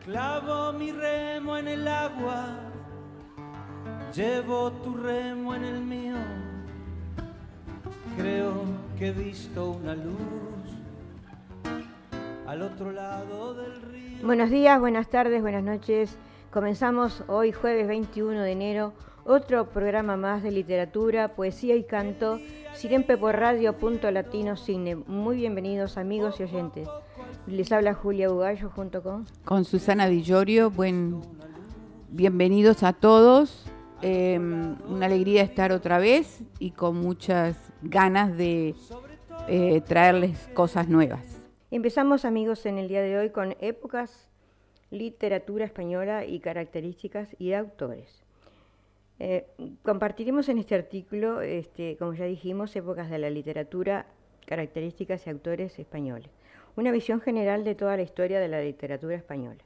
Clavo mi remo en el agua, llevo tu remo en el mío. Creo que he visto una luz al otro lado del río. Buenos días, buenas tardes, buenas noches. Comenzamos hoy, jueves 21 de enero, otro programa más de literatura, poesía y canto, siempre por radio.latino Cine. Muy bienvenidos amigos y oyentes. Les habla Julia Bugallo junto con Susana Di Llorio. Bienvenidos a todos. Una alegría estar otra vez y con muchas ganas de traerles cosas nuevas. Empezamos, amigos, en el día de hoy con épocas, literatura española y características y autores. Compartiremos en este artículo, como ya dijimos, épocas de la literatura, características y autores españoles. Una visión general de toda la historia de la literatura española.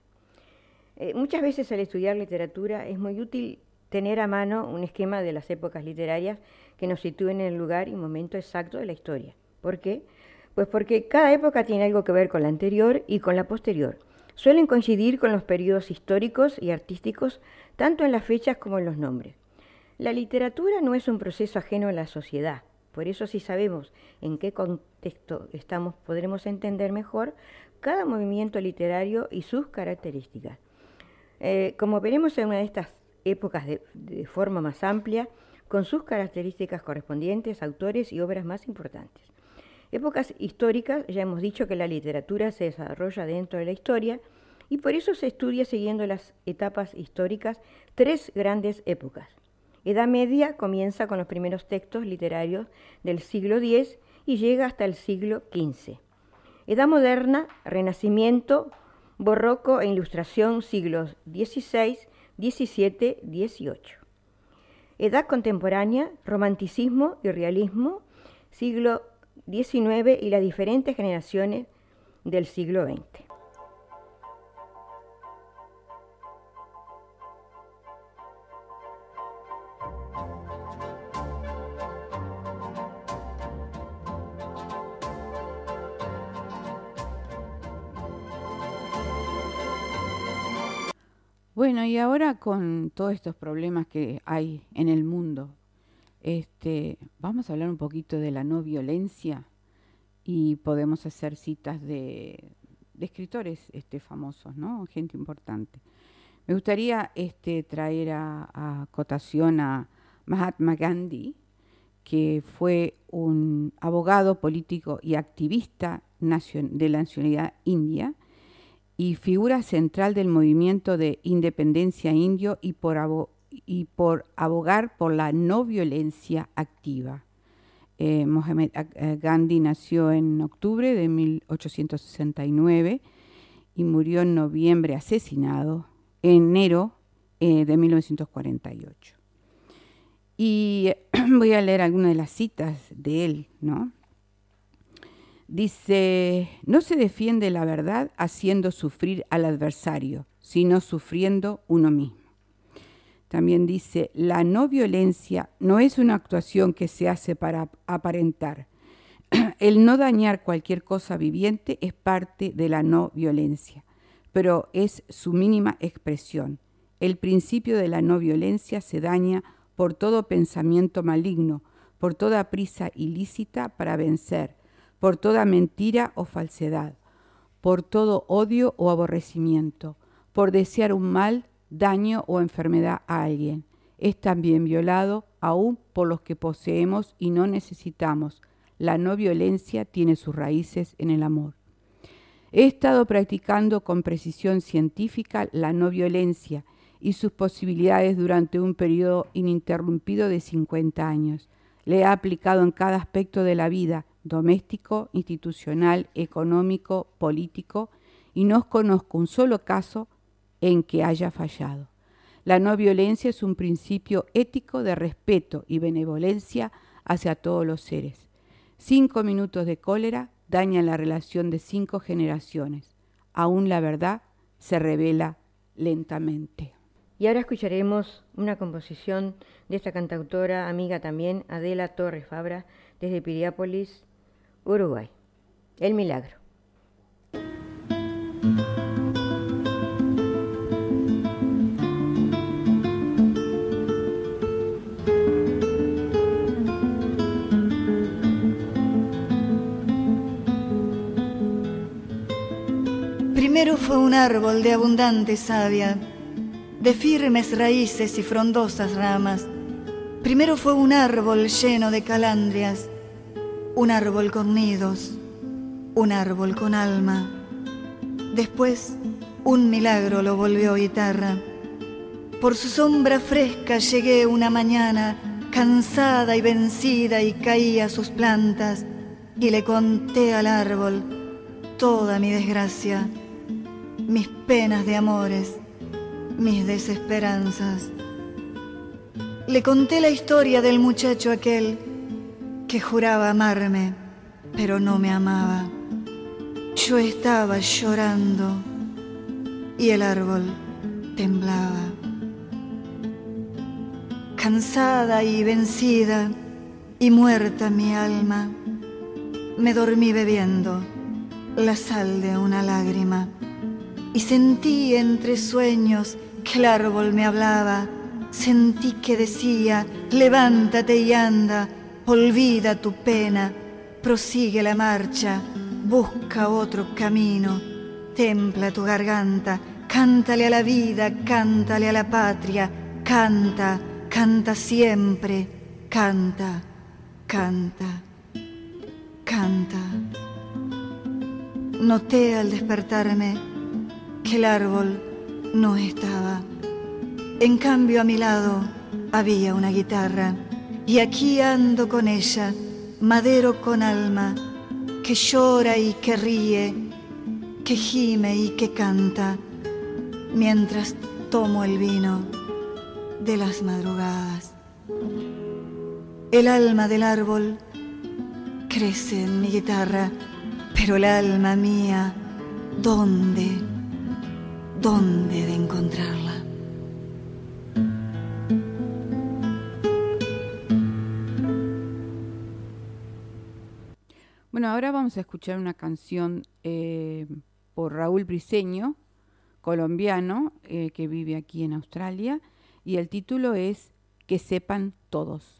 Muchas veces al estudiar literatura es muy útil tener a mano un esquema de las épocas literarias que nos sitúen en el lugar y momento exacto de la historia. ¿Por qué? Pues porque cada época tiene algo que ver con la anterior y con la posterior. Suelen coincidir con los periodos históricos y artísticos, tanto en las fechas como en los nombres. La literatura no es un proceso ajeno a la sociedad. Por eso, si sabemos en qué contexto estamos, podremos entender mejor cada movimiento literario y sus características. Como veremos en una de estas épocas de forma más amplia, con sus características correspondientes, autores y obras más importantes. Épocas históricas, ya hemos dicho que la literatura se desarrolla dentro de la historia y por eso se estudia siguiendo las etapas históricas tres grandes épocas. Edad Media comienza con los primeros textos literarios del siglo X y llega hasta el siglo XV. Edad Moderna, Renacimiento, Barroco e Ilustración, siglos XVI, XVII, XVIII. Edad Contemporánea, Romanticismo y Realismo, siglo XIX y las diferentes generaciones del siglo XX. Bueno, y ahora con todos estos problemas que hay en el mundo, vamos a hablar un poquito de la no violencia y podemos hacer citas de escritores famosos, ¿no? Gente importante. Me gustaría traer a cotación a Mahatma Gandhi, que fue un abogado político y activista de la nacionalidad india, y figura central del movimiento de independencia indio y por abogar por la no violencia activa. Mahatma Gandhi nació en octubre de 1869 y murió en noviembre asesinado, en enero de 1948. Y voy a leer algunas de las citas de él, ¿no? Dice, no se defiende la verdad haciendo sufrir al adversario, sino sufriendo uno mismo. También dice, la no violencia no es una actuación que se hace para aparentar. El no dañar cualquier cosa viviente es parte de la no violencia, pero es su mínima expresión. El principio de la no violencia se daña por todo pensamiento maligno, por toda prisa ilícita para vencer, por toda mentira o falsedad, por todo odio o aborrecimiento, por desear un mal, daño o enfermedad a alguien. Es también violado aún por los que poseemos y no necesitamos. La no violencia tiene sus raíces en el amor. He estado practicando con precisión científica la no violencia y sus posibilidades durante un periodo ininterrumpido de 50 años. Le he aplicado en cada aspecto de la vida, doméstico, institucional, económico, político, y no conozco un solo caso en que haya fallado. La no violencia es un principio ético de respeto y benevolencia hacia todos los seres. 5 minutos de cólera dañan la relación de 5 generaciones. Aún la verdad se revela lentamente. Y ahora escucharemos una composición de esta cantautora, amiga también, Adela Torres Fabra, desde Piriápolis, Uruguay. El milagro. Primero fue un árbol de abundante savia, de firmes raíces y frondosas ramas. Primero fue un árbol lleno de calandrias, un árbol con nidos, un árbol con alma. Después, un milagro lo volvió guitarra. Por su sombra fresca llegué una mañana, cansada y vencida, y caí a sus plantas, y le conté al árbol toda mi desgracia, mis penas de amores, mis desesperanzas. Le conté la historia del muchacho aquel que juraba amarme, pero no me amaba. Yo estaba llorando y el árbol temblaba. Cansada y vencida y muerta mi alma, me dormí bebiendo la sal de una lágrima y sentí entre sueños que el árbol me hablaba. Sentí que decía: levántate y anda, olvida tu pena, prosigue la marcha, busca otro camino, templa tu garganta, cántale a la vida, cántale a la patria, canta, canta siempre, canta, canta, canta. Noté al despertarme que el árbol no estaba. En cambio, a mi lado había una guitarra, y aquí ando con ella, madero con alma, que llora y que ríe, que gime y que canta, mientras tomo el vino de las madrugadas. El alma del árbol crece en mi guitarra, pero el alma mía, ¿dónde de encontrarla? Bueno, ahora vamos a escuchar una canción por Raúl Briceño, colombiano, que vive aquí en Australia, y el título es Que sepan todos.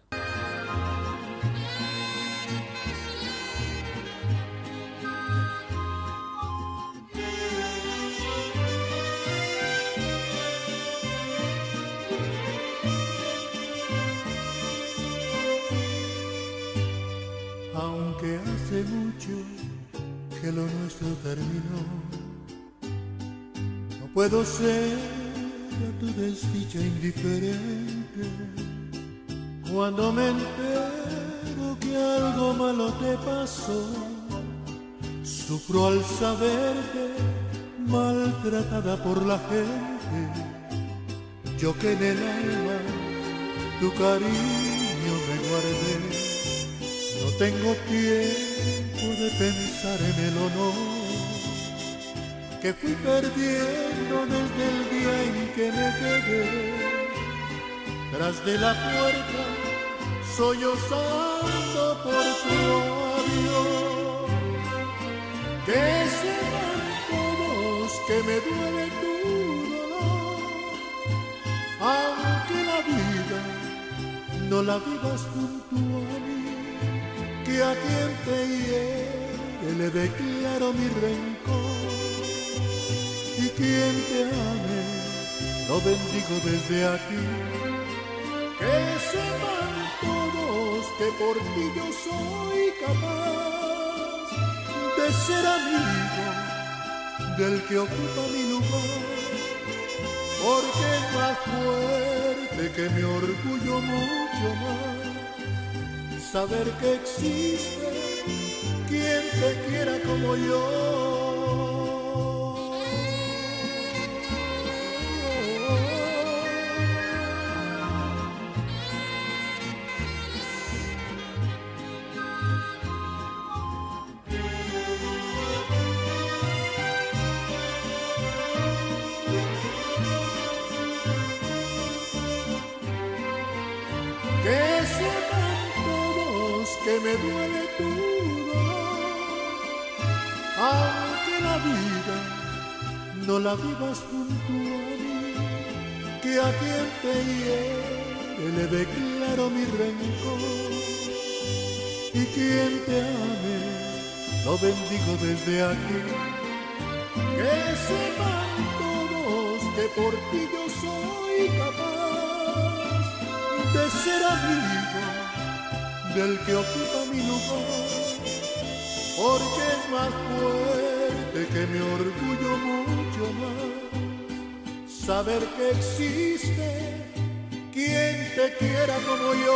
Aunque hace mucho que lo nuestro terminó, no puedo ser a tu desdicha indiferente. Cuando me entero que algo malo te pasó, sufro al saberte maltratada por la gente. Yo que en el alma tu cariño me guardé, no tengo tiempo de pensar en el honor que fui perdiendo desde el día en que me quedé tras de la puerta, sollozando por tu adiós. Que sepan todos que me duele tu dolor, aunque la vida no la vivas junto a mí, que a quien te hiere le declaro mi rencor, y quien te ame lo bendigo desde aquí. Que sepan todos que por ti yo soy capaz de ser amigo del que ocupa mi lugar, porque es más fuerte que mi orgullo mucho más saber que existe quien te quiera como yo. Que sepan todos que me duele tu dolor, aunque la vida no la vivas junto a mí, que a quien te hiere le declaro mi rencor, y quien te ame lo bendigo desde aquí. Que sepan todos que por ti yo soy capaz de ser amigo del que ocupa mi lugar, porque es más fuerte que mi orgullo mucho más, saber que existe quien te quiera como yo.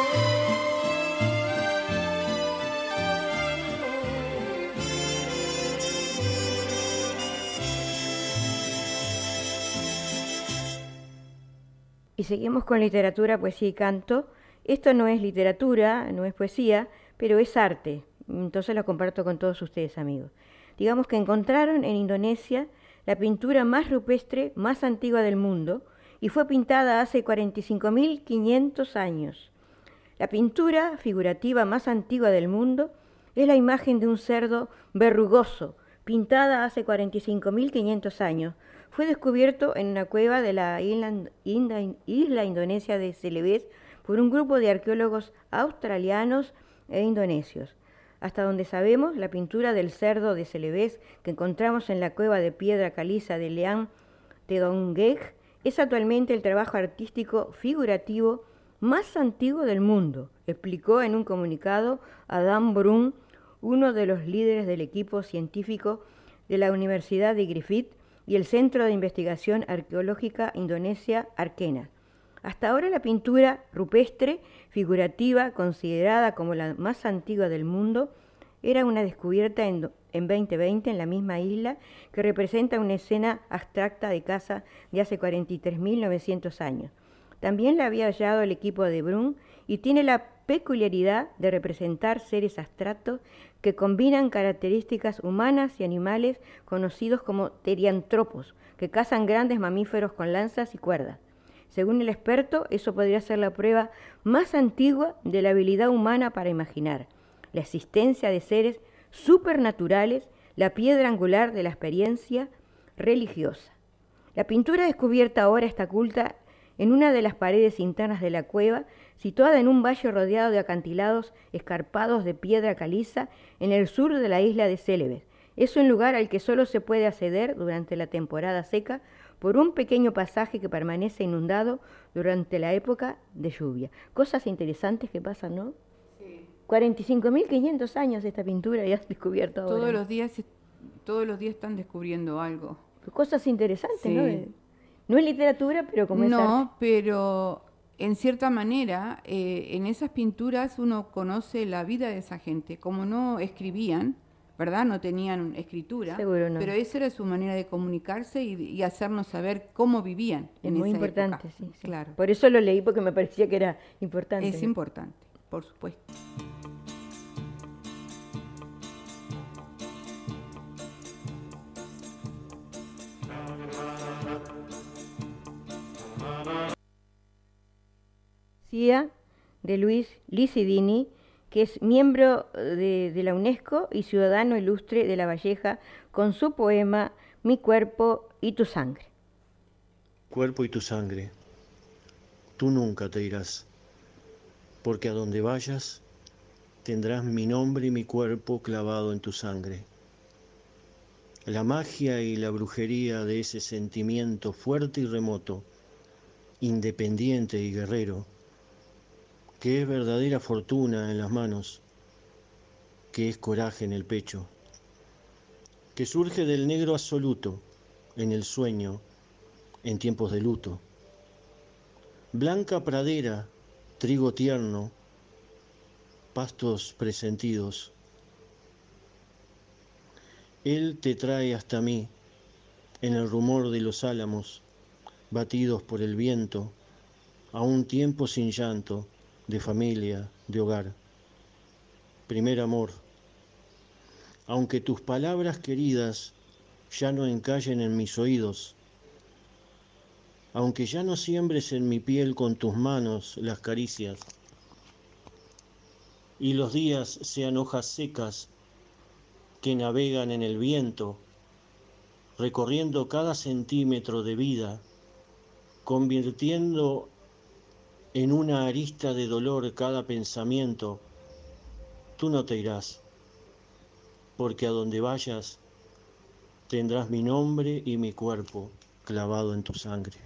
Y seguimos con literatura, poesía y canto. Esto no es literatura, no es poesía, pero es arte. Entonces lo comparto con todos ustedes, amigos. Digamos que encontraron en Indonesia la pintura más rupestre, más antigua del mundo, y fue pintada hace 45.500 años. La pintura figurativa más antigua del mundo es la imagen de un cerdo verrugoso, pintada hace 45.500 años. Fue descubierto en una cueva de la isla indonesia de Celebes por un grupo de arqueólogos australianos e indonesios. Hasta donde sabemos, la pintura del cerdo de Celebes que encontramos en la cueva de piedra caliza de Leang Tedongek es actualmente el trabajo artístico figurativo más antiguo del mundo, explicó en un comunicado Adam Brun, uno de los líderes del equipo científico de la Universidad de Griffith y el Centro de Investigación Arqueológica Indonesia Arkena. Hasta ahora la pintura rupestre figurativa, considerada como la más antigua del mundo, era una descubierta en 2020 en la misma isla que representa una escena abstracta de caza de hace 43.900 años. También la había hallado el equipo de Brun y tiene la peculiaridad de representar seres abstractos que combinan características humanas y animales conocidos como teriantropos, que cazan grandes mamíferos con lanzas y cuerdas. Según el experto, eso podría ser la prueba más antigua de la habilidad humana para imaginar la existencia de seres supernaturales, la piedra angular de la experiencia religiosa. La pintura descubierta ahora está oculta en una de las paredes internas de la cueva, situada en un valle rodeado de acantilados escarpados de piedra caliza en el sur de la isla de Celebes. Es un lugar al que solo se puede acceder durante la temporada seca por un pequeño pasaje que permanece inundado durante la época de lluvia. Cosas interesantes que pasan, ¿no? Sí. 45.500 años esta pintura y has descubierto ahora. Todos los días están descubriendo algo. Cosas interesantes, sí. ¿No? No es literatura, pero como es arte. No, pero en cierta manera, en esas pinturas uno conoce la vida de esa gente. Como no escribían, ¿verdad? No tenían escritura. Seguro no. Pero esa era su manera de comunicarse y hacernos saber cómo vivían en esa época. Es muy importante, sí. Claro. Por eso lo leí, porque me parecía que era importante. Es importante, por supuesto. De Luis Licidini, que es miembro de la UNESCO y ciudadano ilustre de La Valleja, con su poema Mi cuerpo y tu sangre. Cuerpo y tu sangre, tú nunca te irás, porque a donde vayas tendrás mi nombre y mi cuerpo clavado en tu sangre. La magia y la brujería de ese sentimiento fuerte y remoto, independiente y guerrero, que es verdadera fortuna en las manos, que es coraje en el pecho, que surge del negro absoluto, en el sueño, en tiempos de luto. Blanca pradera, trigo tierno, pastos presentidos. Él te trae hasta mí, en el rumor de los álamos, batidos por el viento, a un tiempo sin llanto, de familia, de hogar. Primer amor, aunque tus palabras queridas ya no encallen en mis oídos, aunque ya no siembres en mi piel con tus manos las caricias, y los días sean hojas secas que navegan en el viento, recorriendo cada centímetro de vida, convirtiendo en una arista de dolor cada pensamiento, tú no te irás, porque a donde vayas tendrás mi nombre y mi cuerpo clavado en tu sangre.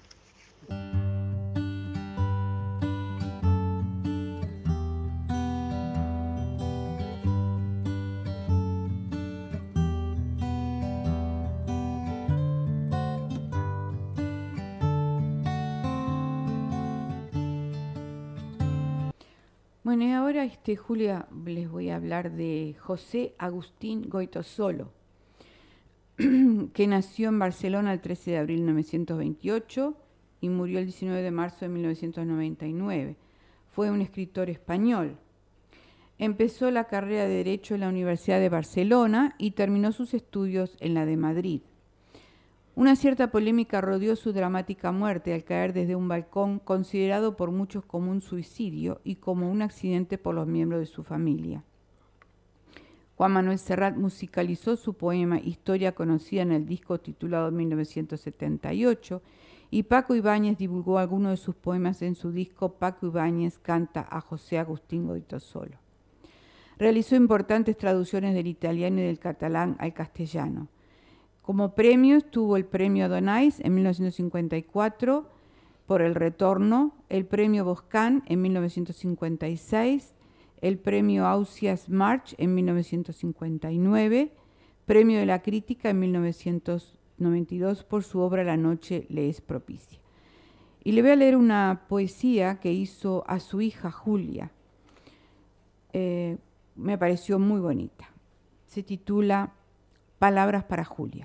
Bueno, y ahora, Julia, les voy a hablar de José Agustín Goytisolo, que nació en Barcelona el 13 de abril de 1928 y murió el 19 de marzo de 1999. Fue un escritor español. Empezó la carrera de Derecho en la Universidad de Barcelona y terminó sus estudios en la de Madrid. Una cierta polémica rodeó su dramática muerte al caer desde un balcón, considerado por muchos como un suicidio y como un accidente por los miembros de su familia. Juan Manuel Serrat musicalizó su poema Historia conocida en el disco titulado 1978 y Paco Ibáñez divulgó algunos de sus poemas en su disco Paco Ibáñez canta a José Agustín Goytisolo. Realizó importantes traducciones del italiano y del catalán al castellano. Como premios tuvo el premio Adonais en 1954 por El Retorno, el premio Boscan en 1956, el premio Ausias March en 1959, premio de la Crítica en 1992 por su obra La noche le es propicia. Y le voy a leer una poesía que hizo a su hija Julia. Me pareció muy bonita. Se titula Palabras para Julia.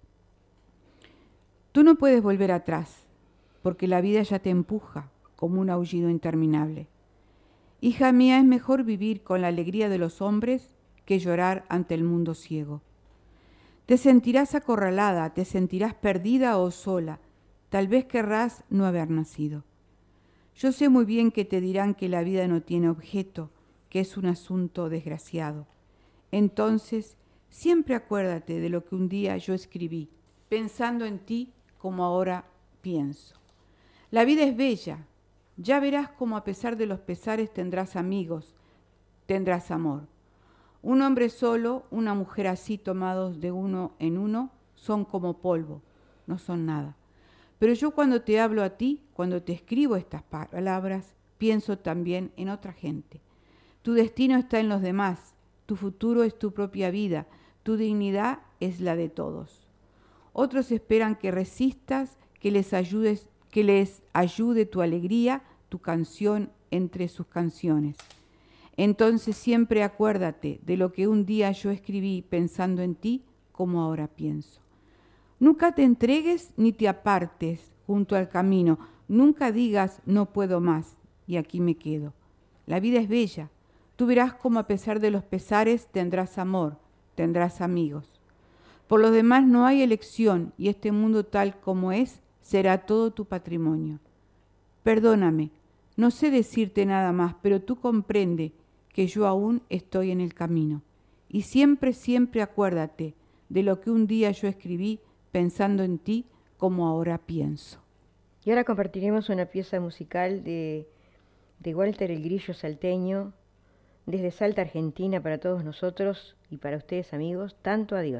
Tú no puedes volver atrás, porque la vida ya te empuja como un aullido interminable. Hija mía, es mejor vivir con la alegría de los hombres que llorar ante el mundo ciego. Te sentirás acorralada, te sentirás perdida o sola, tal vez querrás no haber nacido. Yo sé muy bien que te dirán que la vida no tiene objeto, que es un asunto desgraciado. Entonces, siempre acuérdate de lo que un día yo escribí, pensando en ti como ahora pienso. La vida es bella, ya verás cómo a pesar de los pesares tendrás amigos, tendrás amor. Un hombre solo, una mujer así tomados de uno en uno, son como polvo, no son nada. Pero yo cuando te hablo a ti, cuando te escribo estas palabras, pienso también en otra gente. Tu destino está en los demás, tu futuro es tu propia vida, tu dignidad es la de todos. Otros esperan que resistas, que les ayude tu alegría, tu canción entre sus canciones. Entonces siempre acuérdate de lo que un día yo escribí pensando en ti como ahora pienso. Nunca te entregues ni te apartes junto al camino, nunca digas no puedo más y aquí me quedo. La vida es bella, tú verás cómo a pesar de los pesares tendrás amor, tendrás amigos. Por los demás no hay elección y este mundo tal como es será todo tu patrimonio. Perdóname, no sé decirte nada más, pero tú comprende que yo aún estoy en el camino. Y siempre, siempre acuérdate de lo que un día yo escribí pensando en ti como ahora pienso. Y ahora compartiremos una pieza musical de Walter el Grillo Salteño, desde Salta, Argentina, para todos nosotros y para ustedes, amigos, Tanto Adiós.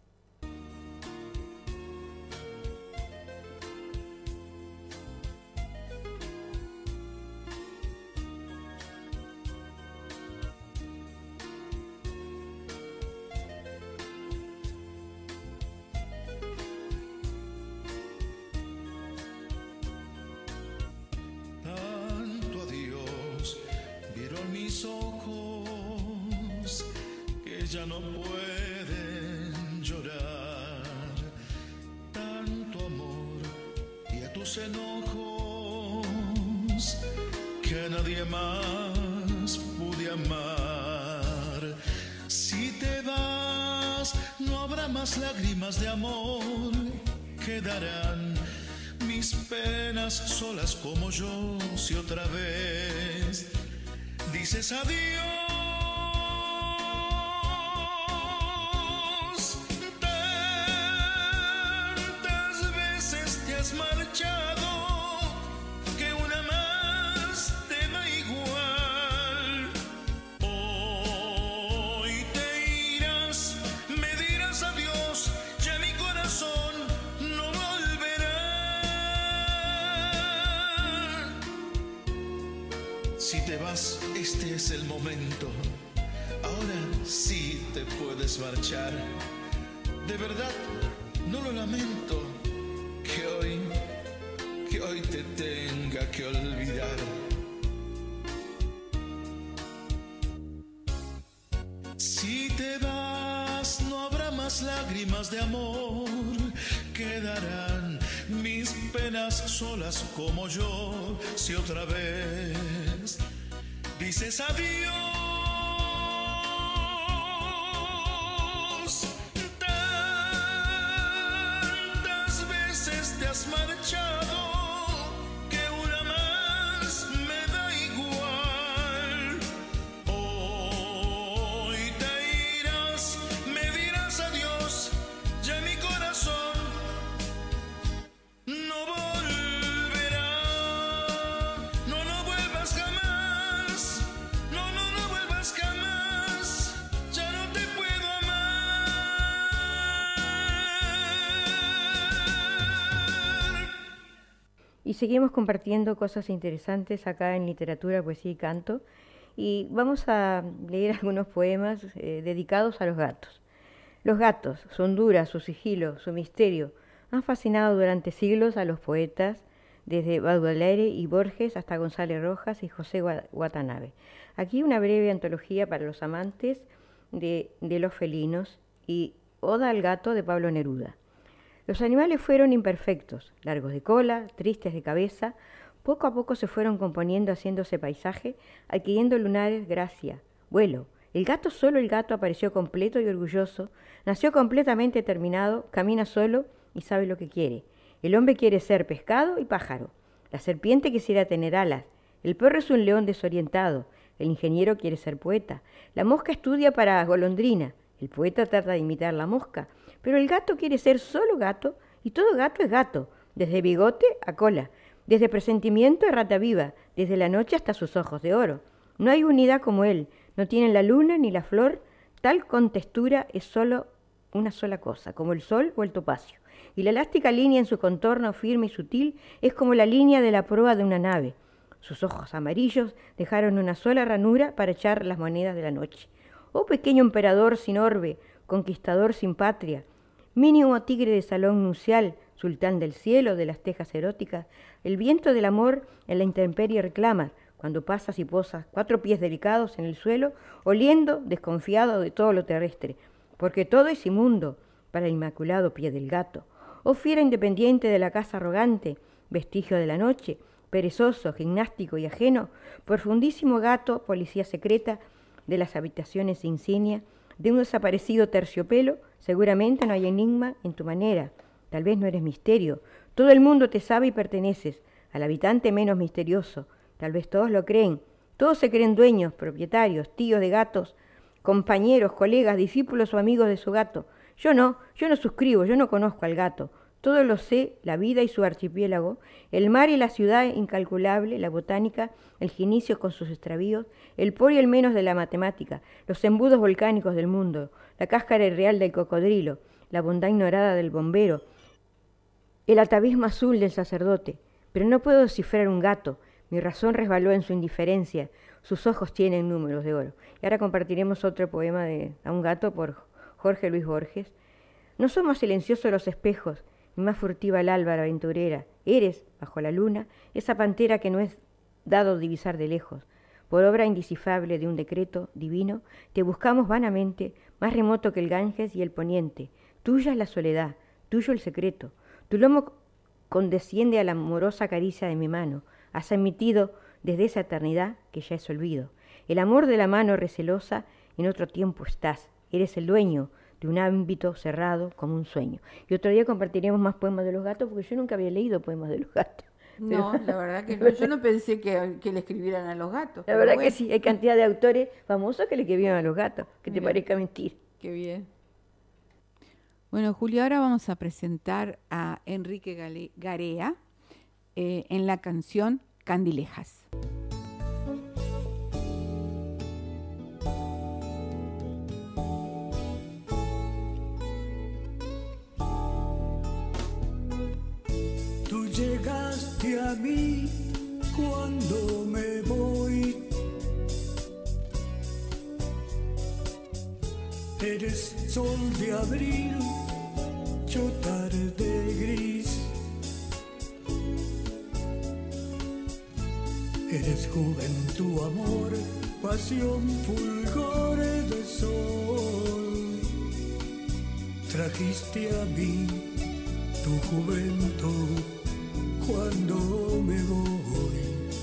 Ya no pueden llorar tanto amor y a tus enojos que nadie más pude amar. Si te vas, no habrá más lágrimas de amor, quedarán mis penas solas como yo. Si otra vez dices adiós, marchado, que una más te da igual. Hoy te irás, me dirás adiós, ya mi Si te vas, este es el momento. Ahora sí te puedes marchar. De verdad, no lo lamento que hoy te tenga que olvidar. Si te vas, no habrá más lágrimas de amor. Quedarán mis penas solas como yo. Si otra vez dices adiós, tantas veces te has marchado que una más me da igual. Hoy te irás, me dirás adiós, ya mi corazón no volverá. No, no vuelvas jamás. No, no, no vuelvas jamás. Ya no te puedo amar. Y seguimos compartiendo cosas interesantes acá en Literatura, Poesía y Canto. Y vamos a leer algunos poemas dedicados a los gatos. Los gatos, su hondura, su sigilo, su misterio, han fascinado durante siglos a los poetas, desde Baudelaire y Borges hasta González Rojas y José Watanabe. Aquí una breve antología para los amantes de los felinos y Oda al gato de Pablo Neruda. Los animales fueron imperfectos, largos de cola, tristes de cabeza, poco a poco se fueron componiendo, haciéndose paisaje, adquiriendo lunares, gracia, vuelo. El gato, solo el gato, apareció completo y orgulloso, nació completamente terminado, camina solo y sabe lo que quiere. El hombre quiere ser pescado y pájaro. La serpiente quisiera tener alas. El perro es un león desorientado. El ingeniero quiere ser poeta. La mosca estudia para golondrina. El poeta trata de imitar la mosca. Pero el gato quiere ser solo gato y todo gato es gato, desde bigote a cola, desde presentimiento a rata viva, desde la noche hasta sus ojos de oro. No hay unidad como él. No tiene la luna ni la flor. Tal contextura es solo una sola cosa, como el sol o el topacio. Y la elástica línea en su contorno firme y sutil es como la línea de la proa de una nave. Sus ojos amarillos dejaron una sola ranura para echar las monedas de la noche. Oh pequeño emperador sin orbe, conquistador sin patria, mínimo tigre de salón nupcial, sultán del cielo, de las tejas eróticas, el viento del amor en la intemperie reclama, cuando pasas y posas 4 pies delicados en el suelo, oliendo, desconfiado de todo lo terrestre, porque todo es inmundo para el inmaculado pie del gato. Oh fiera independiente de la casa arrogante, vestigio de la noche, perezoso, gimnástico y ajeno, profundísimo gato, policía secreta de las habitaciones insignia, de un desaparecido terciopelo, seguramente no hay enigma en tu manera, tal vez no eres misterio, todo el mundo te sabe y perteneces, al habitante menos misterioso, tal vez todos lo creen, todos se creen dueños, propietarios, tíos de gatos, compañeros, colegas, discípulos o amigos de su gato. Yo no suscribo, yo no conozco al gato. Todo lo sé, la vida y su archipiélago, el mar y la ciudad incalculable, la botánica, el ginicio con sus extravíos, el por y el menos de la matemática, los embudos volcánicos del mundo, la cáscara irreal del cocodrilo, la bondad ignorada del bombero, el atavismo azul del sacerdote. Pero no puedo descifrar un gato, mi razón resbaló en su indiferencia, sus ojos tienen números de oro. Y ahora compartiremos otro poema de A un gato por Jorge Luis Borges. No son más silenciosos los espejos, ni más furtiva el alba aventurera. Eres, bajo la luna, esa pantera que no es dado divisar de lejos. Por obra indescifrable de un decreto divino, te buscamos vanamente, más remoto que el Ganges y el poniente. Tuya es la soledad, tuyo el secreto. Tu lomo condesciende a la amorosa caricia de mi mano. Has emitido desde esa eternidad que ya es olvido. El amor de la mano recelosa, en otro tiempo estás. Eres el dueño de un ámbito cerrado como un sueño. Y otro día compartiremos más poemas de los gatos, porque yo nunca había leído poemas de los gatos. No, la verdad que no. Yo no pensé que le escribieran a los gatos. La verdad que sí, hay cantidad de autores famosos que le escribieron a los gatos, que te parezca mentir. Qué bien. Bueno, Julio, ahora vamos a presentar a Enrique Garea en la canción Candilejas. Tú llegaste a mí cuando me voy. Eres sol de abril, yo tarde gris. Eres juventud, amor, pasión, fulgor de sol. Trajiste a mí tu juventud cuando me voy.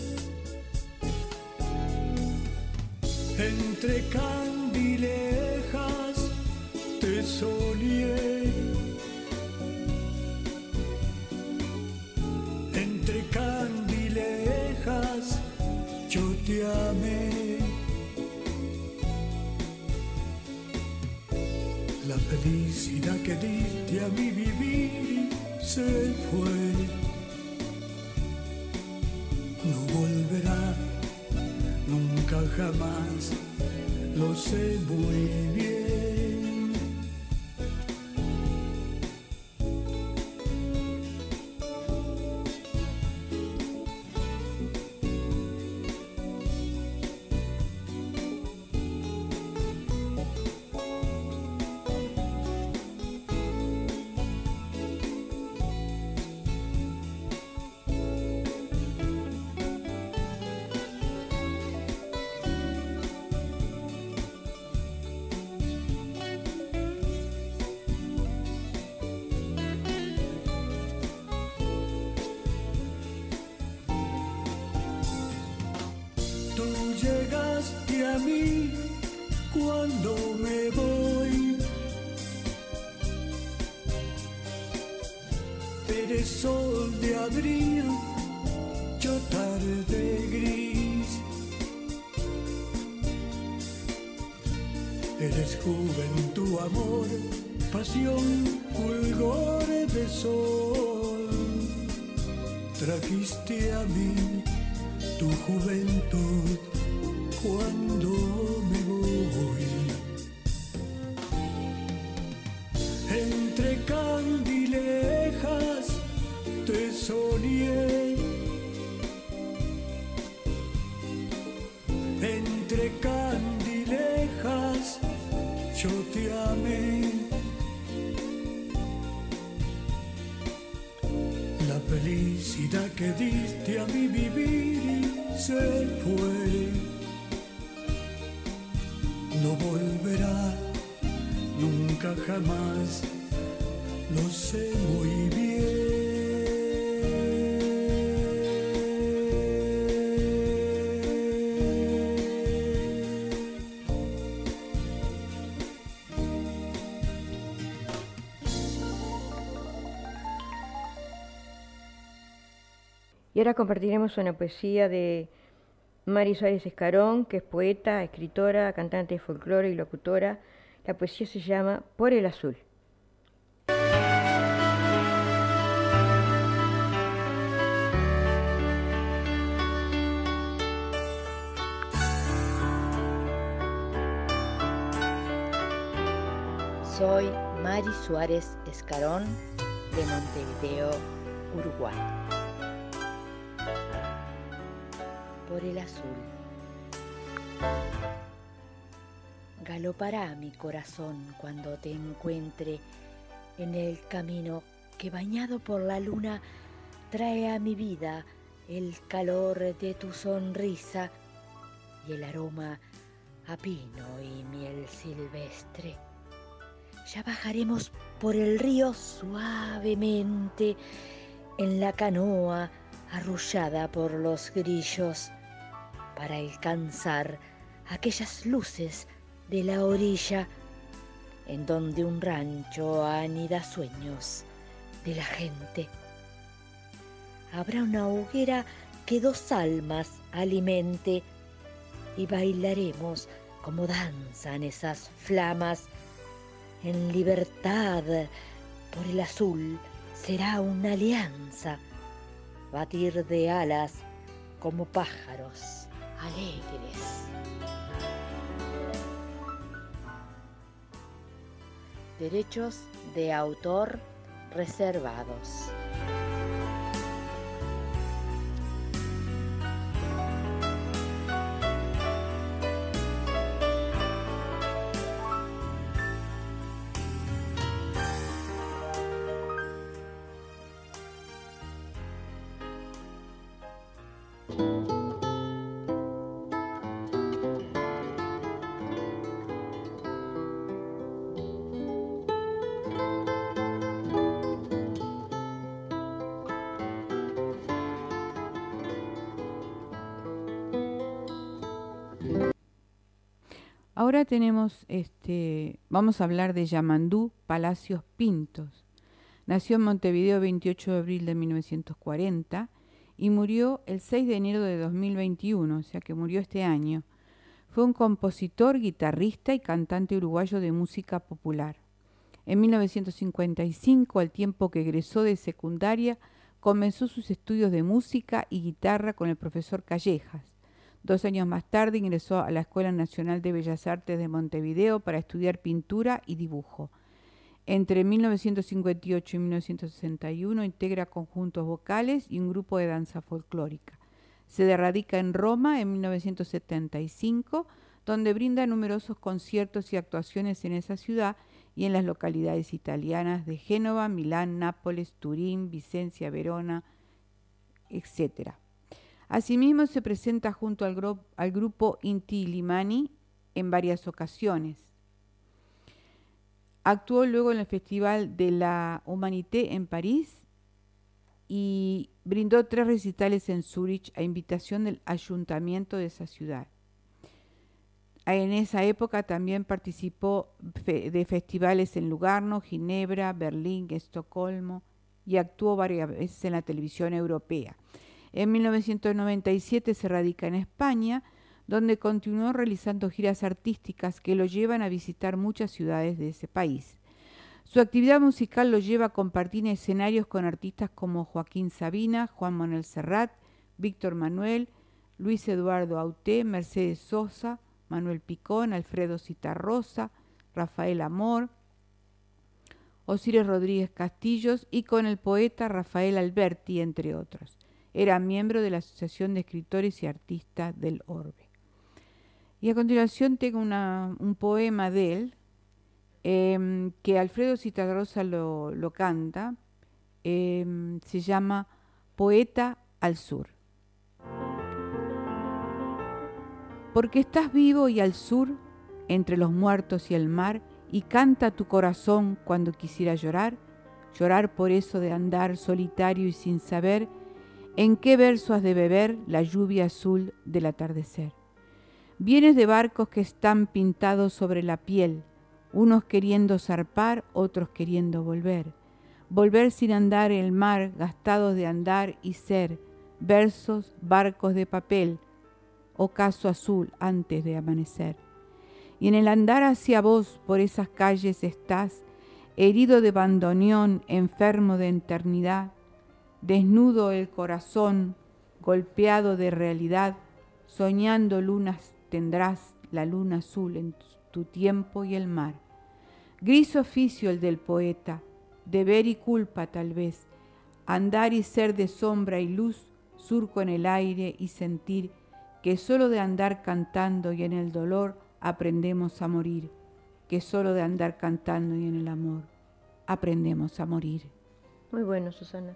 Entre candilejas te soñé, entre candilejas yo te amé. La felicidad que diste a mi vivir se fue, no volverá nunca jamás, lo sé muy bien. Tú llegaste a mí cuando me voy. Eres sol de abril, yo tarde gris. Eres juventud, amor, pasión, fulgor de sol. Trajiste a mí tu juventud cuando me voy. Entre candilejas te soñé, entre candilejas yo te amé. La felicidad que diste a mi vivir se fue, no volverá nunca jamás, lo sé muy bien. Y ahora compartiremos una poesía de Mari Suárez Escarón, que es poeta, escritora, cantante de folclore y locutora. La poesía se llama Por el Azul. Soy Mari Suárez Escarón, de Montevideo, Uruguay. Por el azul. Galopará mi corazón cuando te encuentre en el camino que, bañado por la luna, trae a mi vida el calor de tu sonrisa y el aroma a pino y miel silvestre. Ya bajaremos por el río suavemente en la canoa arrullada por los grillos, para alcanzar aquellas luces de la orilla en donde un rancho anida sueños de la gente. Habrá una hoguera que dos almas alimente y bailaremos como danzan esas flamas. En libertad por el azul será una alianza, batir de alas como pájaros alegres. Derechos de autor reservados. Ahora tenemos, vamos a hablar de Yamandú Palacios Pintos. Nació en Montevideo el 28 de abril de 1940 y murió el 6 de enero de 2021, o sea que murió este año. Fue un compositor, guitarrista y cantante uruguayo de música popular. En 1955, al tiempo que egresó de secundaria, comenzó sus estudios de música y guitarra con el profesor Callejas. 2 años más tarde ingresó a la Escuela Nacional de Bellas Artes de Montevideo para estudiar pintura y dibujo. Entre 1958 y 1961 integra conjuntos vocales y un grupo de danza folclórica. Se radica en Roma en 1975, donde brinda numerosos conciertos y actuaciones en esa ciudad y en las localidades italianas de Génova, Milán, Nápoles, Turín, Vicencia, Verona, etc. Asimismo, se presenta junto al grupo Inti Illimani en varias ocasiones. Actuó luego en el Festival de la Humanité en París y brindó 3 recitales en Zúrich a invitación del ayuntamiento de esa ciudad. En esa época también participó de festivales en Lugano, Ginebra, Berlín, Estocolmo y actuó varias veces en la televisión europea. En 1997 se radica en España, donde continuó realizando giras artísticas que lo llevan a visitar muchas ciudades de ese país. Su actividad musical lo lleva a compartir escenarios con artistas como Joaquín Sabina, Juan Manuel Serrat, Víctor Manuel, Luis Eduardo Auté, Mercedes Sosa, Manuel Picón, Alfredo Citarrosa, Rafael Amor, Osiris Rodríguez Castillos y con el poeta Rafael Alberti, entre otros. Era miembro de la Asociación de Escritores y Artistas del Orbe. Y a continuación tengo un poema de él, que Alfredo Citarrosa lo canta, se llama Poeta al Sur. Porque estás vivo y al sur, entre los muertos y el mar, y canta tu corazón cuando quisiera llorar, llorar por eso de andar solitario y sin saber en qué verso has de beber la lluvia azul del atardecer. Vienes de barcos que están pintados sobre la piel, unos queriendo zarpar, otros queriendo volver. Volver sin andar el mar, gastados de andar y ser, versos, barcos de papel, ocaso azul antes de amanecer. Y en el andar hacia vos por esas calles estás, herido de bandoneón, enfermo de eternidad, desnudo el corazón, golpeado de realidad, soñando lunas tendrás la luna azul en tu tiempo y el mar. Gris oficio el del poeta, deber y culpa tal vez, andar y ser de sombra y luz, surco en el aire y sentir que solo de andar cantando y en el dolor aprendemos a morir, que solo de andar cantando y en el amor aprendemos a morir. Muy bueno, Susana.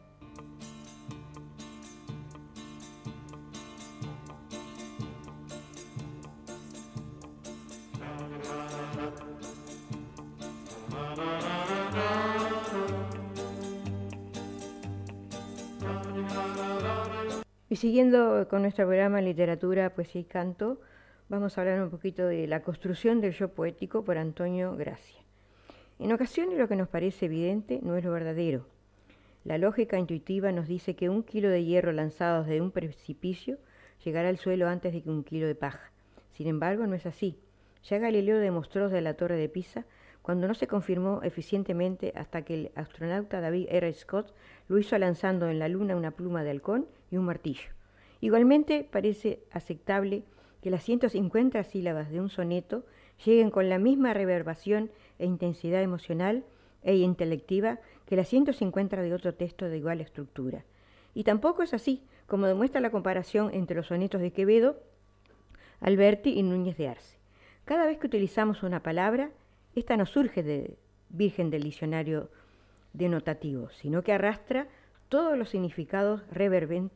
Y siguiendo con nuestro programa Literatura, Poesía y Canto, vamos a hablar un poquito de La construcción del yo poético por Antonio Gracia. En ocasiones lo que nos parece evidente no es lo verdadero. La lógica intuitiva nos dice que 1 kilo de hierro lanzado desde un precipicio llegará al suelo antes de que 1 kilo de paja. Sin embargo, no es así. Ya Galileo demostró desde la Torre de Pisa, cuando no se confirmó eficientemente hasta que el astronauta David R. Scott lo hizo lanzando en la Luna una pluma de halcón y un martillo. Igualmente parece aceptable que las 150 sílabas de un soneto lleguen con la misma reverberación e intensidad emocional e intelectiva que las 150 de otro texto de igual estructura. Y tampoco es así, como demuestra la comparación entre los sonetos de Quevedo, Alberti y Núñez de Arce. Cada vez que utilizamos una palabra, esta no surge de virgen del diccionario denotativo, sino que arrastra todos los significados reverbentes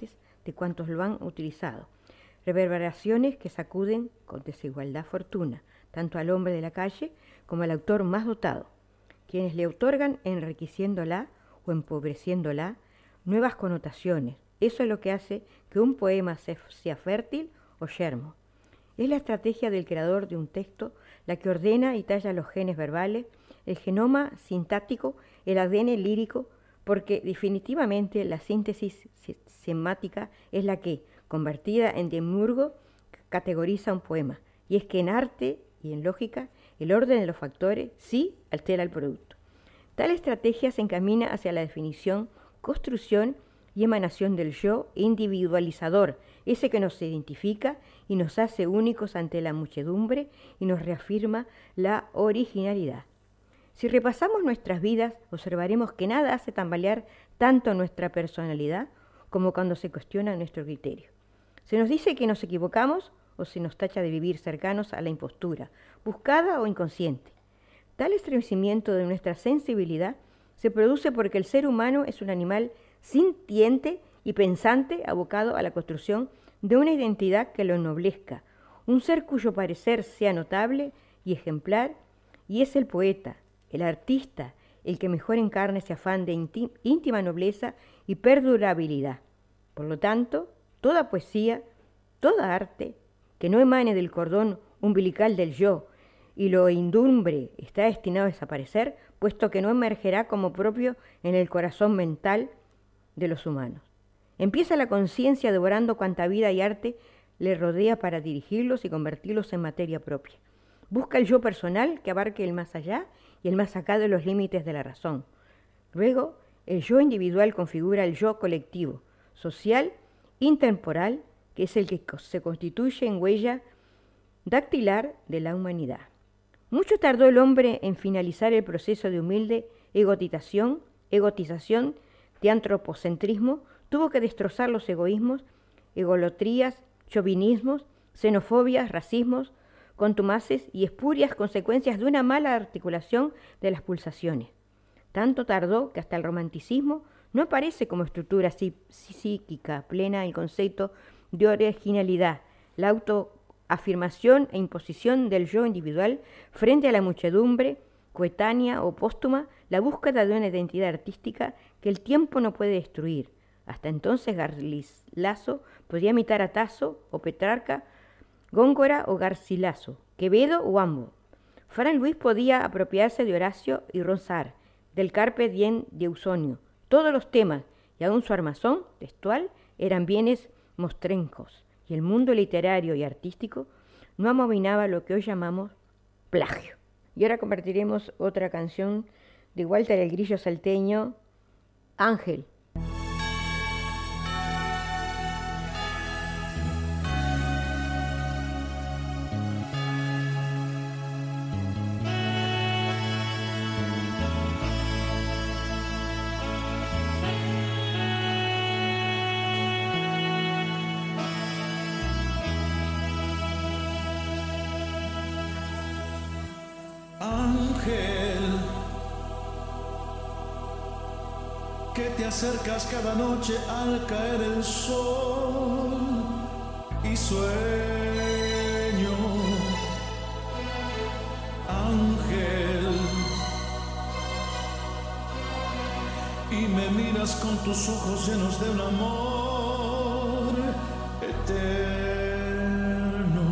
de cuantos lo han utilizado. Reverberaciones que sacuden con desigualdad fortuna, tanto al hombre de la calle como al autor más dotado, quienes le otorgan, enriqueciéndola o empobreciéndola, nuevas connotaciones. Eso es lo que hace que un poema sea fértil o yermo. Es la estrategia del creador de un texto la que ordena y talla los genes verbales, el genoma sintáctico, el ADN lírico, porque definitivamente la síntesis semática es la que, convertida en demiurgo, categoriza un poema. Y es que en arte y en lógica, el orden de los factores sí altera el producto. Tal estrategia se encamina hacia la definición, construcción y emanación del yo individualizador, ese que nos identifica y nos hace únicos ante la muchedumbre y nos reafirma la originalidad. Si repasamos nuestras vidas, observaremos que nada hace tambalear tanto nuestra personalidad como cuando se cuestiona nuestro criterio. Se nos dice que nos equivocamos o se nos tacha de vivir cercanos a la impostura, buscada o inconsciente. Tal estremecimiento de nuestra sensibilidad se produce porque el ser humano es un animal sintiente y pensante abocado a la construcción de una identidad que lo ennoblezca, un ser cuyo parecer sea notable y ejemplar, y es el poeta, el artista, el que mejor encarna ese afán de íntima nobleza y perdurabilidad. Por lo tanto, toda poesía, toda arte, que no emane del cordón umbilical del yo y lo indumbre está destinado a desaparecer, puesto que no emergerá como propio en el corazón mental de los humanos. Empieza la conciencia devorando cuanta vida y arte le rodea para dirigirlos y convertirlos en materia propia. Busca el yo personal que abarque el más allá y el más acá de los límites de la razón. Luego, el yo individual configura el yo colectivo, social, intemporal, que es el que se constituye en huella dactilar de la humanidad. Mucho tardó el hombre en finalizar el proceso de humilde egotización de antropocentrismo, tuvo que destrozar los egoísmos, egolotrías, chauvinismos, xenofobias, racismos, contumaces y espurias consecuencias de una mala articulación de las pulsaciones. Tanto tardó que hasta el romanticismo no aparece como estructura psíquica plena el concepto de originalidad, la autoafirmación e imposición del yo individual frente a la muchedumbre, coetánea o póstuma, la búsqueda de una identidad artística que el tiempo no puede destruir. Hasta entonces Garcilaso podía imitar a Tasso o Petrarca, Góngora o Garcilaso, Quevedo o Ambo. Fran Luis podía apropiarse de Horacio y Ronsard, del Carpe Diem de Ausonio. Todos los temas, y aun su armazón textual, eran bienes mostrencos, y el mundo literario y artístico no abominaba lo que hoy llamamos plagio. Y ahora compartiremos otra canción de Walter el Grillo Salteño, Ángel. Ángel, que te acercas cada noche al caer el sol y sueño. Ángel, y me miras con tus ojos llenos de un amor eterno.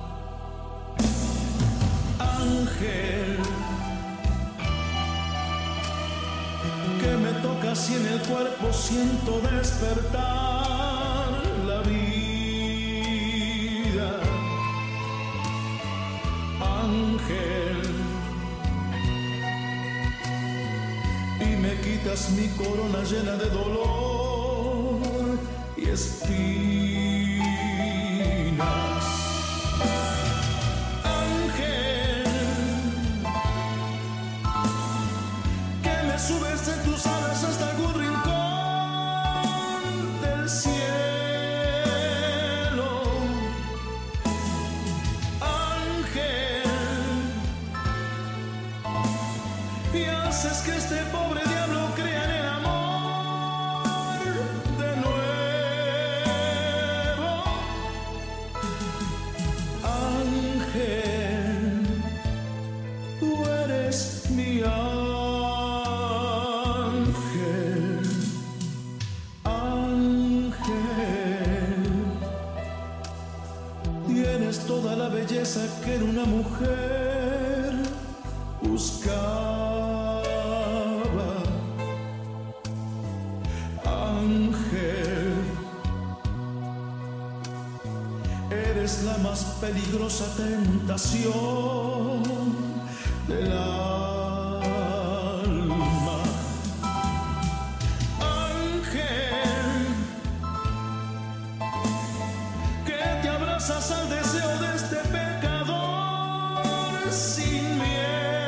Ángel, que me tocas y en el cuerpo siento despertar la vida. Ángel, y me quitas mi corona llena de dolor y espinas. Subes en tus alas hasta algún rincón del cielo. Ángel, y haces que este pobre diablo crea en el amor de nuevo. eres la más peligrosa tentación del alma. Ángel, que te abrazas al deseo de este pecador sin miedo.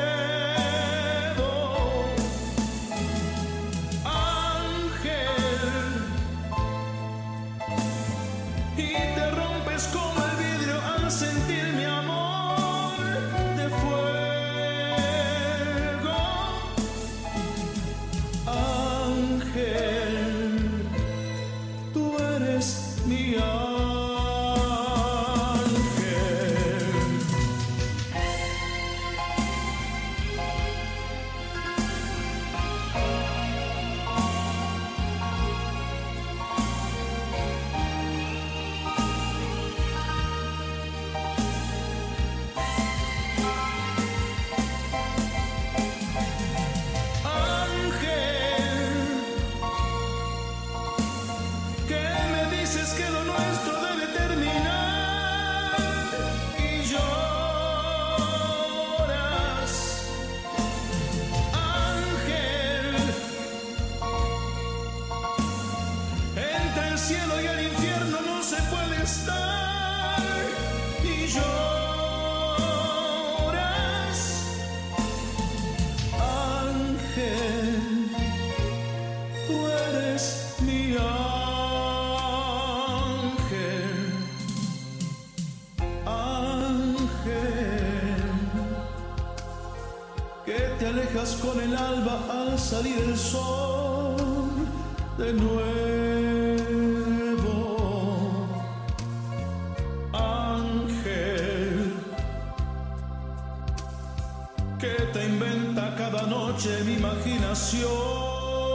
Y te rompes como el vidrio al sentir mi amor de fuego. Ángel, tú eres mi ángel. Cielo y el infierno no se puede estar y lloras. Ángel, tú eres mi ángel. Ángel, que te alejas con el alba al salir el sol de nuevo. Que te inventa cada noche mi imaginación.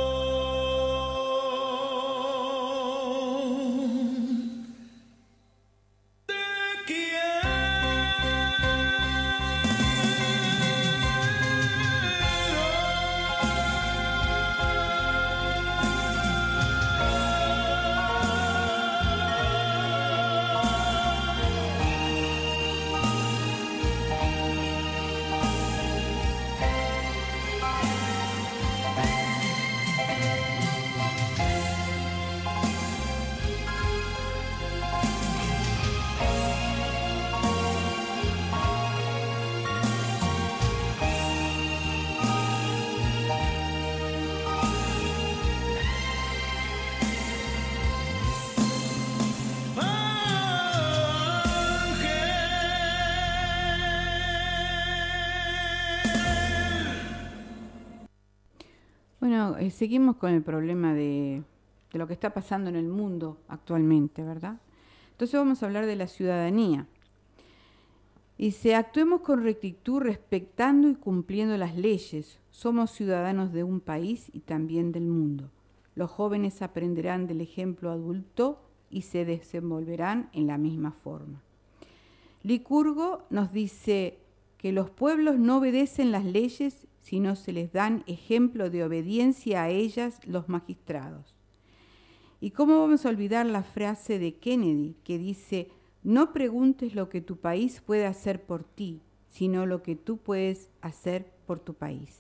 Bueno, seguimos con el problema de lo que está pasando en el mundo actualmente, ¿verdad? Entonces vamos a hablar de la ciudadanía. Dice, actuemos con rectitud respetando y cumpliendo las leyes. Somos ciudadanos de un país y también del mundo. Los jóvenes aprenderán del ejemplo adulto y se desenvolverán en la misma forma. Licurgo nos dice que los pueblos no obedecen las leyes si no se les dan ejemplo de obediencia a ellas los magistrados. ¿Y cómo vamos a olvidar la frase de Kennedy que dice, no preguntes lo que tu país puede hacer por ti, sino lo que tú puedes hacer por tu país?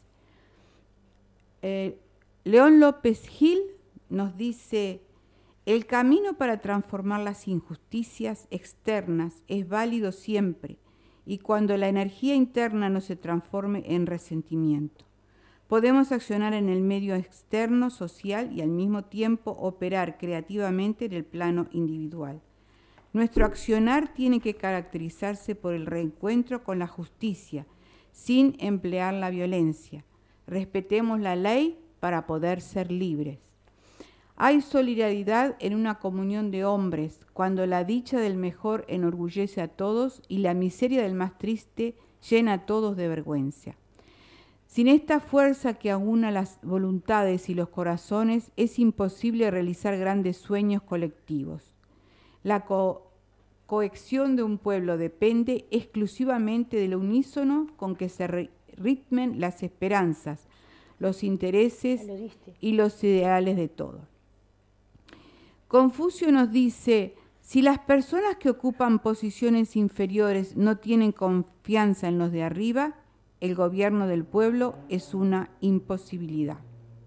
León López Gil nos dice, el camino para transformar las injusticias externas es válido siempre, y cuando la energía interna no se transforme en resentimiento. Podemos accionar en el medio externo, social y al mismo tiempo operar creativamente en el plano individual. Nuestro accionar tiene que caracterizarse por el reencuentro con la justicia, sin emplear la violencia. Respetemos la ley para poder ser libres. Hay solidaridad en una comunión de hombres, cuando la dicha del mejor enorgullece a todos y la miseria del más triste llena a todos de vergüenza. Sin esta fuerza que aúna las voluntades y los corazones, es imposible realizar grandes sueños colectivos. La cohesión de un pueblo depende exclusivamente del unísono con que se ritmen las esperanzas, los intereses y los ideales de todos. Confucio nos dice, Si las personas que ocupan posiciones inferiores no tienen confianza en los de arriba, el gobierno del pueblo es una imposibilidad.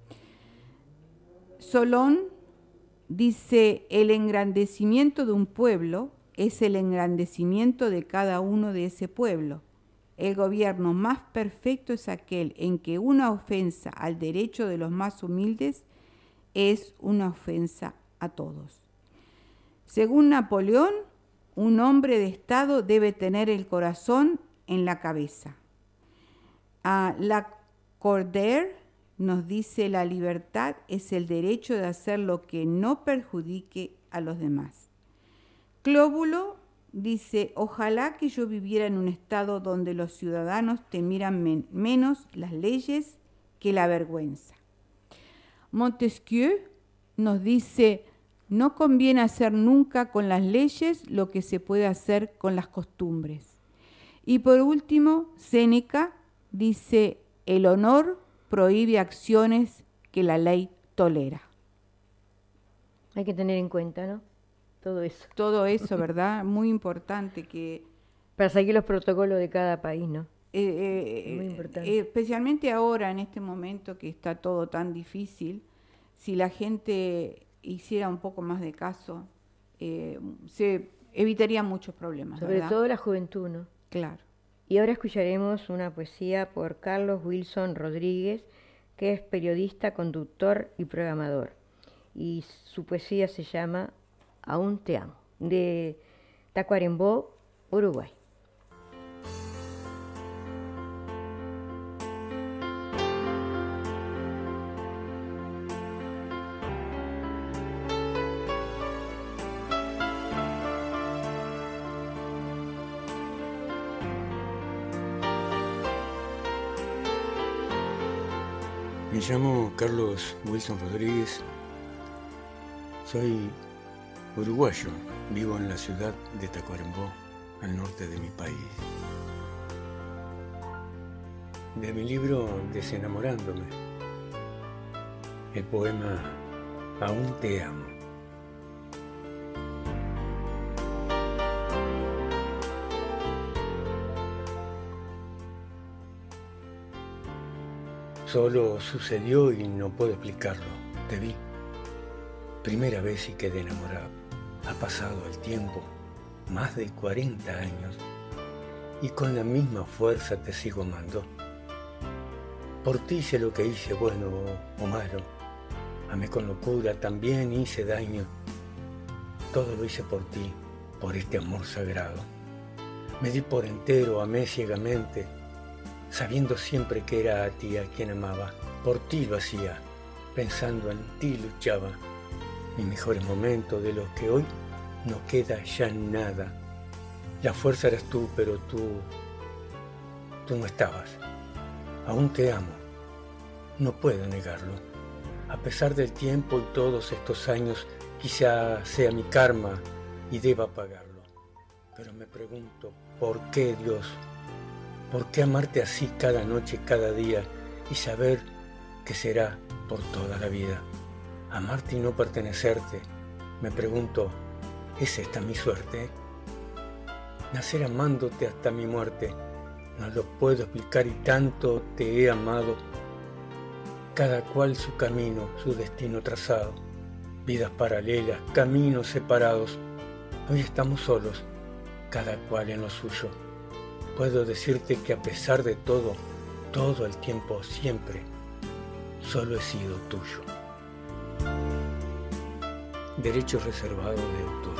Solón dice, el engrandecimiento de un pueblo es el engrandecimiento de cada uno de ese pueblo. El gobierno más perfecto es aquel en que una ofensa al derecho de los más humildes es una ofensa a todos. Según Napoleón, un hombre de Estado debe tener el corazón en la cabeza. Lacordaire nos dice, la libertad es el derecho de hacer lo que no perjudique a los demás. Clóbulo dice, ojalá que yo viviera en un estado donde los ciudadanos temieran menos las leyes que la vergüenza. Montesquieu nos dice, no conviene hacer nunca con las leyes lo que se puede hacer con las costumbres. Y por último, Séneca dice, el honor prohíbe acciones que la ley tolera. Hay que tener en cuenta, ¿no? Todo eso. Todo eso, ¿verdad? Muy importante que... Para seguir los protocolos de cada país, ¿no? Muy importante. Especialmente ahora, en este momento que está todo tan difícil, si la gente hiciera un poco más de caso, se evitaría muchos problemas, Sobre ¿verdad? todo la juventud, ¿no? Claro. Y ahora escucharemos una poesía por Carlos Wilson Rodríguez, que es periodista, conductor y programador. Y su poesía se llama Aún te amo, de Tacuarembó, Uruguay. Me llamo Carlos Wilson Rodríguez, soy uruguayo, vivo en la ciudad de Tacuarembó, al norte de mi país. De mi libro Desenamorándome, el poema Aún te amo. Solo sucedió y no puedo explicarlo. Te vi. Primera vez y quedé enamorado. Ha pasado el tiempo, más de 40 años, y con la misma fuerza te sigo amando. Por ti hice lo que hice, bueno o malo. Amé con locura, también hice daño. Todo lo hice por ti, por este amor sagrado. Me di por entero, amé ciegamente, sabiendo siempre que era a ti a quien amaba. Por ti lo hacía, pensando en ti luchaba. Mis mejores momentos, de los que hoy no queda ya nada. La fuerza eras tú, pero tú no estabas. Aún te amo, no puedo negarlo. A pesar del tiempo y todos estos años, quizá sea mi karma y deba pagarlo. Pero me pregunto, ¿por qué, Dios? ¿Por qué amarte así cada noche, cada día y saber que será por toda la vida? Amarte y no pertenecerte. Me pregunto, ¿es esta mi suerte? Nacer amándote hasta mi muerte. No lo puedo explicar y tanto te he amado. Cada cual su camino, su destino trazado. Vidas paralelas, caminos separados. Hoy estamos solos, cada cual en lo suyo. Puedo decirte que a pesar de todo, todo el tiempo, siempre, solo he sido tuyo. Derecho reservado de autor.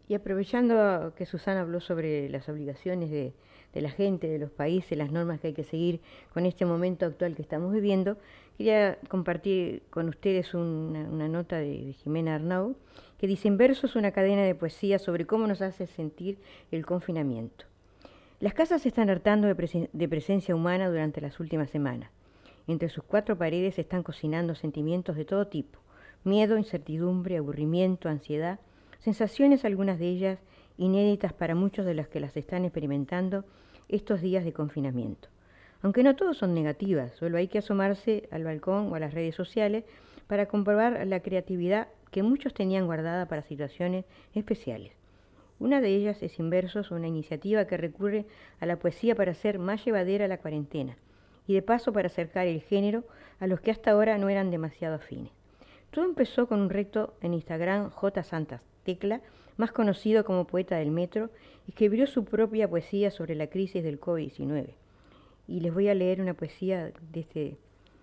Y aprovechando que Susana habló sobre las obligaciones de la gente, de los países, las normas que hay que seguir con este momento actual que estamos viviendo, quería compartir con ustedes una nota de Jimena Arnau, que dice: en versos una cadena de poesía sobre cómo nos hace sentir el confinamiento. Las casas se están hartando de presencia humana durante las últimas semanas. Entre sus cuatro paredes se están cocinando sentimientos de todo tipo: miedo, incertidumbre, aburrimiento, ansiedad, sensaciones, algunas de ellas inéditas para muchos de los que las están experimentando estos días de confinamiento. Aunque no todos son negativas, solo hay que asomarse al balcón o a las redes sociales para comprobar la creatividad que muchos tenían guardada para situaciones especiales. Una de ellas es Inversos, una iniciativa que recurre a la poesía para hacer más llevadera la cuarentena y de paso para acercar el género a los que hasta ahora no eran demasiado afines. Todo empezó con un reto en Instagram. J. Santas Tecla, más conocido como Poeta del Metro, escribió su propia poesía sobre la crisis del COVID-19. Y les voy a leer una poesía de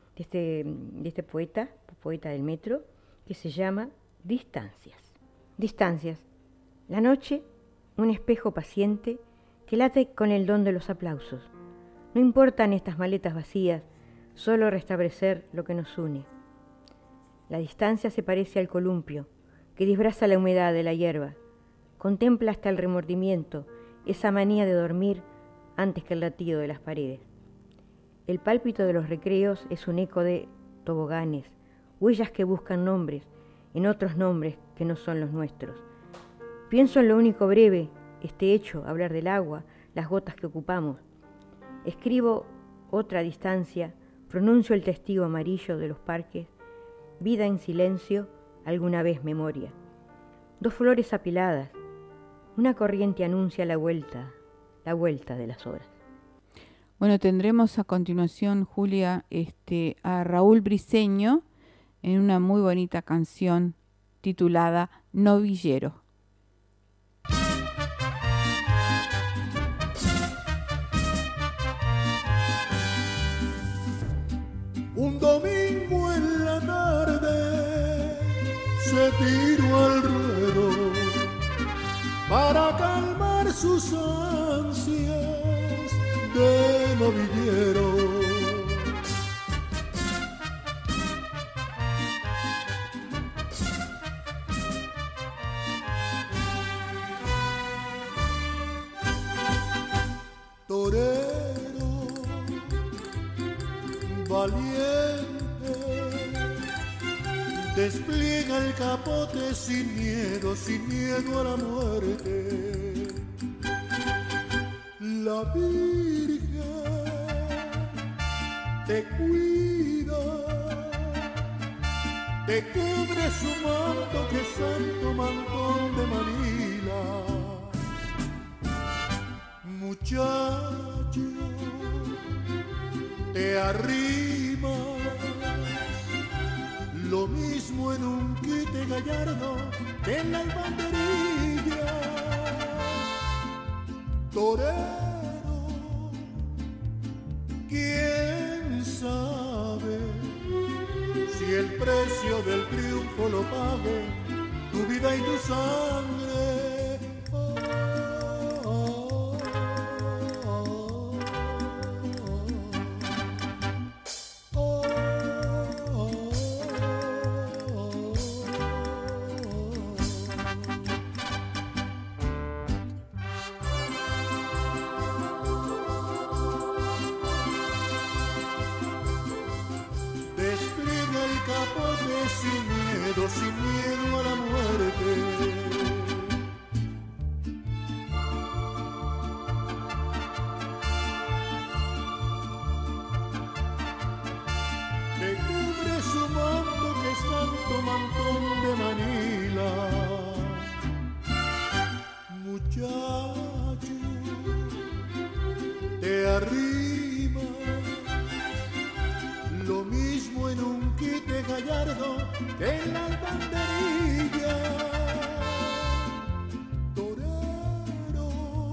este poeta del Metro, que se llama Distancias. Distancias. La noche, un espejo paciente que late con el don de los aplausos. No importan estas maletas vacías, solo restablecer lo que nos une. La distancia se parece al columpio, que disbraza la humedad de la hierba. Contempla hasta el remordimiento, esa manía de dormir antes que el latido de las paredes. El pálpito de los recreos es un eco de toboganes, huellas que buscan nombres en otros nombres que no son los nuestros. Pienso en lo único breve, este hecho, hablar del agua, las gotas que ocupamos. Escribo otra distancia, pronuncio el testigo amarillo de los parques, vida en silencio, alguna vez memoria. Dos flores apiladas, una corriente anuncia la vuelta de las horas. Bueno, tendremos a continuación, Julia, a Raúl Briceño en una muy bonita canción titulada Novillero. Un domingo en la tarde se tiró al ruedo para calmar sus ansias de novillero. Torero valiente, despliega el capote sin miedo a la muerte. La Virgen te cuida, te cubre su manto que es santo mantón de Manila. Muchacho, te arrimas, lo mismo en un quite gallardo que en la banderilla. Torero, quién sabe si el precio del triunfo lo pague tu vida y tu sangre. Sin miedo a la muerte. Te cubre su manto que es santo mantón de Manila. Muchacho, te arrima, lo mismo en un quite gallardo en la banderilla. Torero,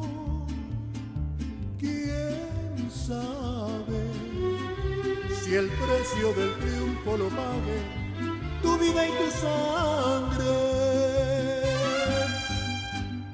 quién sabe si el precio del triunfo lo pague tu vida y tu sangre.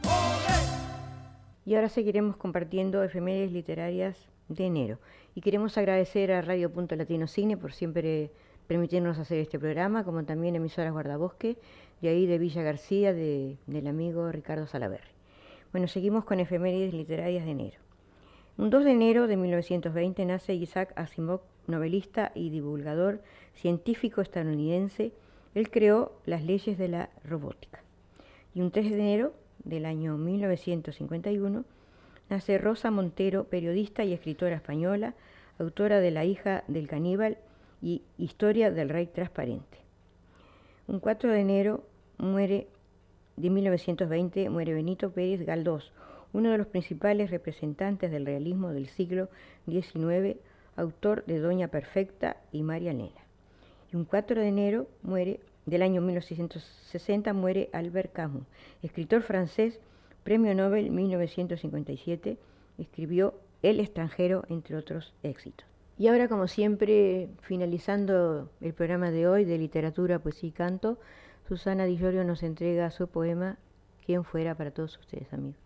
Y ahora seguiremos compartiendo efemérides literarias de enero. Y queremos agradecer a Radio Punto Latino Cine por siempre permitirnos hacer este programa, como también emisoras Guardabosque, de ahí de Villa García, del amigo Ricardo Salaverry. Bueno, seguimos con efemérides literarias de enero. Un 2 de enero de 1920 nace Isaac Asimov, novelista y divulgador científico estadounidense. Él creó las leyes de la robótica. Y un 3 de enero del año 1951 nace Rosa Montero, periodista y escritora española, autora de La hija del caníbal y Historia del rey transparente. Un 4 de enero de 1920 muere Benito Pérez Galdós, uno de los principales representantes del realismo del siglo XIX, autor de Doña Perfecta y María Elena. Y un 4 de enero del año 1660 muere Albert Camus, escritor francés, premio Nobel 1957, escribió El extranjero, entre otros éxitos. Y ahora, como siempre, finalizando el programa de hoy de literatura, poesía y canto, Susana Di Iorio nos entrega su poema ¿Quién fuera? Para todos ustedes, amigos.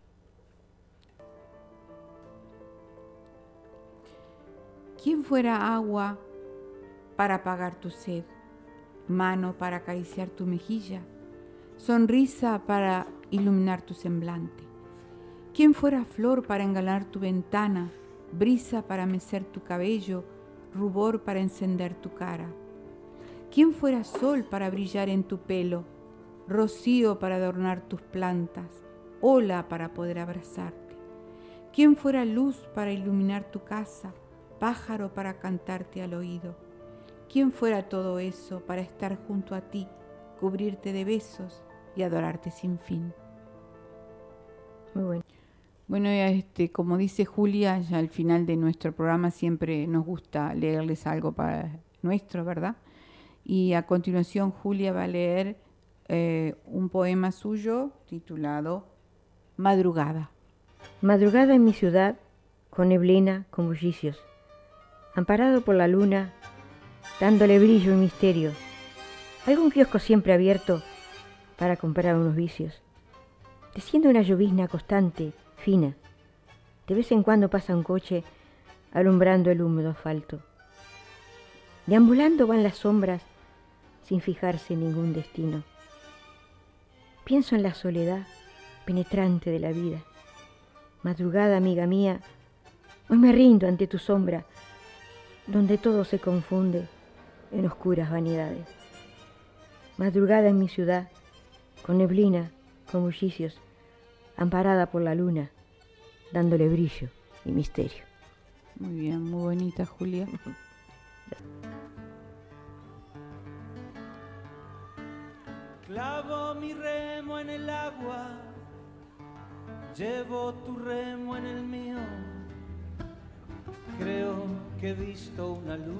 ¿Quién fuera agua para apagar tu sed? Mano para acariciar tu mejilla, sonrisa para iluminar tu semblante. ¿Quién fuera flor para engalar tu ventana, brisa para mecer tu cabello, rubor para encender tu cara? ¿Quién fuera sol para brillar en tu pelo, rocío para adornar tus plantas, ola para poder abrazarte? ¿Quién fuera luz para iluminar tu casa, pájaro para cantarte al oído? ¿Quién fuera todo eso para estar junto a ti, cubrirte de besos y adorarte sin fin? Muy bueno. Bueno, como dice Julia, ya al final de nuestro programa siempre nos gusta leerles algo para nuestro, ¿verdad? Y a continuación Julia va a leer un poema suyo titulado Madrugada. Madrugada en mi ciudad, con neblina, con bullicios, amparado por la luna, dándole brillo y misterio. Algún kiosco siempre abierto para comprar unos vicios. Desciende una llovizna constante, fina. De vez en cuando pasa un coche alumbrando el húmedo asfalto. Deambulando van las sombras sin fijarse en ningún destino. Pienso en la soledad penetrante de la vida. Madrugada, amiga mía, hoy me rindo ante tu sombra, donde todo se confunde en oscuras vanidades. Madrugada en mi ciudad, con neblina, con bullicios, amparada por la luna, dándole brillo y misterio. Muy bien, muy bonita, Julia. Clavo mi remo en el agua, llevo tu remo en el mío. Creo que he visto una luz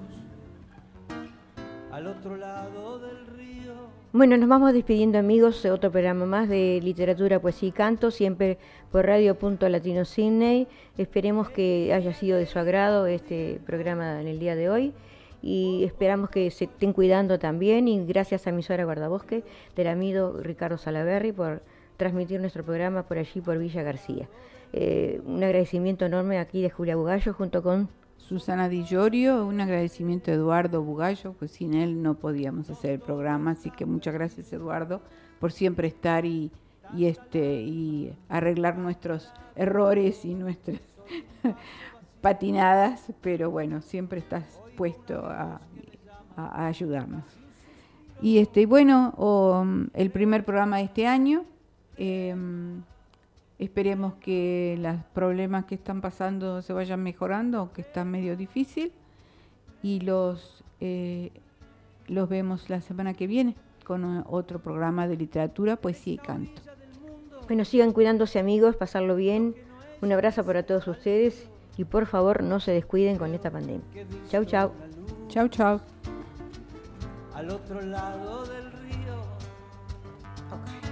al otro lado del río. Bueno, nos vamos despidiendo, amigos, otro programa más de literatura, poesía y canto, siempre por Radio Punto Latino Cine. Esperemos que haya sido de su agrado este programa en el día de hoy y esperamos que se estén cuidando también, y gracias a emisora Guardabosque del amigo Ricardo Salaverry por transmitir nuestro programa por allí, por Villa García. Un agradecimiento enorme aquí de Julia Bugallo junto con Susana Di Iorio, un agradecimiento a Eduardo Bugallo, pues sin él no podíamos hacer el programa, así que muchas gracias, Eduardo, por siempre estar y arreglar nuestros errores y nuestras patinadas, pero bueno, siempre estás puesto a ayudarnos. Y bueno, el primer programa de este año, esperemos que los problemas que están pasando se vayan mejorando, aunque está medio difícil, y los vemos la semana que viene con otro programa de literatura, poesía y canto. Bueno, sigan cuidándose, amigos, pasarlo bien. Un abrazo para todos ustedes y por favor no se descuiden con esta pandemia. Chau, chau. Chau, chau. Al otro lado del río. Okay.